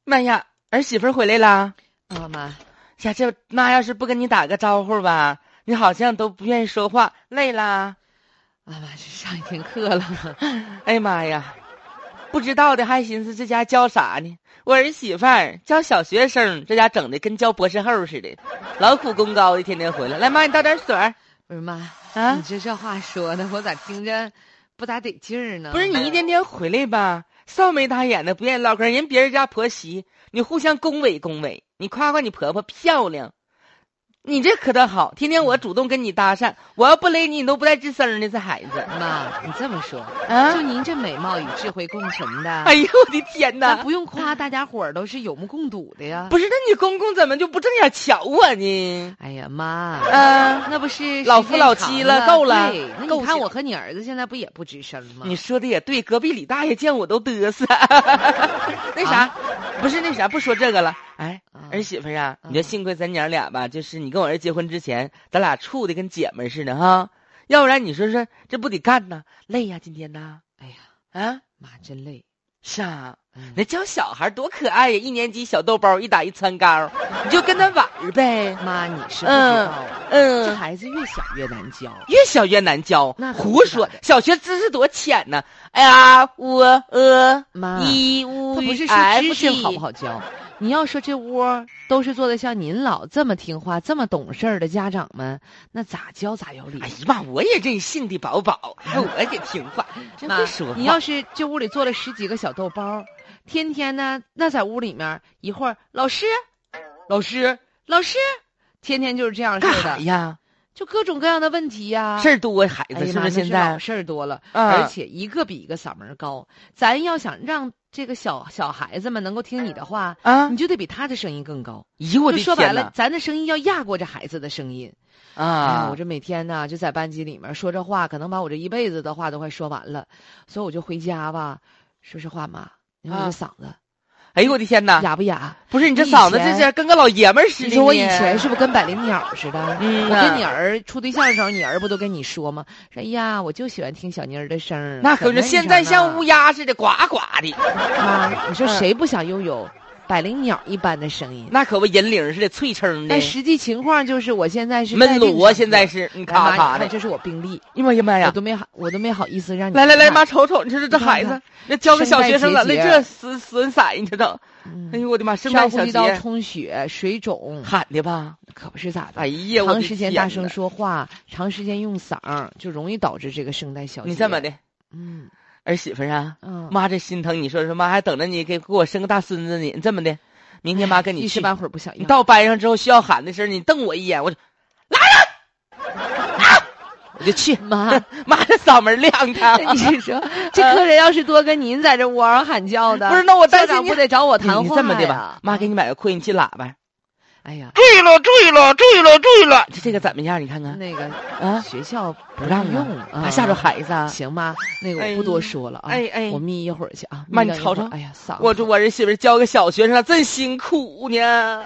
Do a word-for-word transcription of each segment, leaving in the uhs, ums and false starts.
妈呀，儿媳妇回来啦！ 啊妈呀，这妈要是不跟你打个招呼吧，你好像都不愿意说话，累啦？ 啊妈，这上一天课了。 哎呀妈呀，不知道的还寻思这家教啥呢？我儿媳妇儿教小学生，这家整的跟教博士后似的，劳苦功高的，天天回来。来，妈，你倒点水儿。 不是妈啊， 你这这话说的，我咋听着不咋得劲儿呢？ 不是你一天天回来吧，臊眉打眼的，不愿意唠嗑，人别人家婆媳，你互相恭维恭维，你夸夸你婆婆漂亮。你这可倒好，天天我主动跟你搭讪，我要不勒你，你都不带吱声的。这孩子， 妈，你这么说， 啊， 就您这美貌与智慧共存的， 哎呦我的天哪， 那不用夸，大家伙儿都是有目共睹的呀。 不是，那你公公怎么就不正眼瞧我呢？ 哎呀妈， 啊， 那不是老夫老妻了，够了。 对，那你看我和你儿子现在不也不吱声吗？ 你说的也对，隔壁李大爷见我都嘚瑟。那啥、啊，不是那啥，不说这个了。哎，啊、儿媳妇啊，你说幸亏咱娘俩吧，就是你跟我儿结婚之前，咱俩处的跟姐们似的哈，要不然你说说这不得干呢？累呀，今天呢？ 哎呀， 啊， 妈真累。 是啊， 嗯、 那教小孩多可爱呀！一年级小豆包一打一蹿高，你就跟他玩呗。 妈，你是不知道， 嗯， 这孩子越小越难教， 越小越难教。 那胡说，小学知识多浅呢！哎呀，我呃， 妈， 一五他不是说知识好不好教？你要说这窝都是做的像您老这么听话、这么懂事儿的家长们，那咋教咋有理。 哎呀妈，我也任性的宝宝，还我也听话，真会说话。 你要是这屋里坐了十几个小豆包，天天呢，那在屋里面一会儿老师，老师，老师，天天就是这样似的。 干啥呀？ 就各种各样的问题呀， 事儿多，孩子、哎、是不是现在事儿多了、 啊？ 而且一个比一个嗓门高。咱要想让这个小小孩子们能够听你的话啊， 你就得比他的声音更高。 咦，我的天哪！ 就说白了，咱的声音要压过这孩子的声音啊！ 哎、我这每天呢就在班级里面说这话，可能把我这一辈子的话都快说完了，所以我就回家吧。说实话嘛，你看我这嗓子。啊哎呦我的天哪， 哑不哑？ 不是你这嗓子，这是跟个老爷们儿似的。 你说我以前是不是跟百灵鸟似的？ 嗯， 我跟你儿处对象的时候，你儿不都跟你说吗？说哎呀，我就喜欢听小妮儿的声儿。 那可是现在像乌鸦似的，呱呱的。 妈，你说谁不想拥有百灵鸟一般的声音？ 那可不银铃似的，脆声的。 但实际情况就是，我现在是闷锣啊，现在是你咔咔的。 这是我病历。 哎呀妈呀！ 我都没好，我都没好意思让你来来来，妈瞅瞅，你说这孩子，那教个小学生咋的这损损色，你知道？哎呦我的妈！声带小结、 上呼吸道充血、水肿， 喊的吧？ 可不是咋的。 哎呀， 长时间大声说话，长时间用嗓，就容易导致这个声带小结。 你这么的， 嗯， 儿媳妇啊， 嗯， 妈这心疼你，说说妈还等着你给给我生个大孙子呢。你这么的，明天妈跟你去， 一时半会儿不想要。 你到班上之后需要喊的时候，你瞪我一眼，我就来人，啊，我就去。 妈， 妈这嗓门亮堂。 你是说这客人要是多跟您在这窝上喊叫的， 不是？那我担心不得找我谈话呀？ 你这么的吧，妈给你买个扩音器喇叭。 哎呀， 注意了，注意了，注意了，注意了！这这个怎么样？你看看那个啊， 学校不让用， 怕吓着孩子。 行吗？那个我不多说了啊。 哎哎， 我眯一会儿去啊。 妈，你瞅瞅， 哎呀，嗓子。 我这我儿媳妇教个小学生真辛苦呢。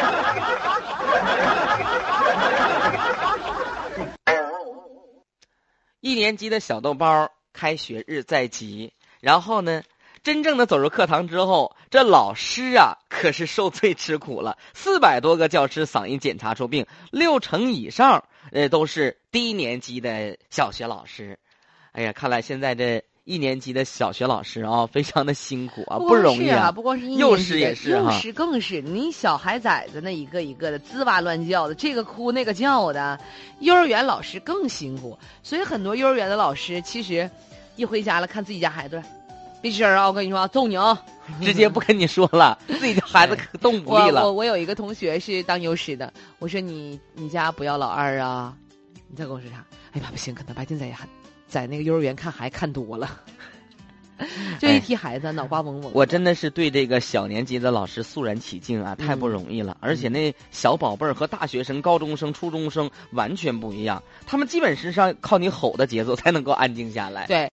一年级的小豆包，开学日在即，然后呢？真正的走入课堂之后，这老师啊可是受罪吃苦了。四百多个教师嗓音检查出病，六成以上呃都是低年级的小学老师。哎呀，看来现在这一年级的小学老师啊，非常的辛苦啊，不容易啊。不光是一年级的， 幼师也是幼师更是。你小孩崽子那一个一个的吱哇乱叫的，这个哭那个叫的，幼儿园老师更辛苦。所以很多幼儿园的老师其实一回家了，看自己家孩子。别吱声啊！我跟你说，揍你啊！ 直接不跟你说了，自己的孩子可动不力了。 我我我有一个同学是当幼师的，我说你你家不要老二啊？你再跟我说啥？哎呀，不行，可能白天在家在那个幼儿园看孩子看多了，就一提孩子、哎、脑瓜嗡嗡。 我真的是对这个小年级的老师肃然起敬啊，太不容易了。嗯、而且那小宝贝儿和大学生、高中生、初中生完全不一样，他们基本是上靠你吼的节奏才能够安静下来。 对。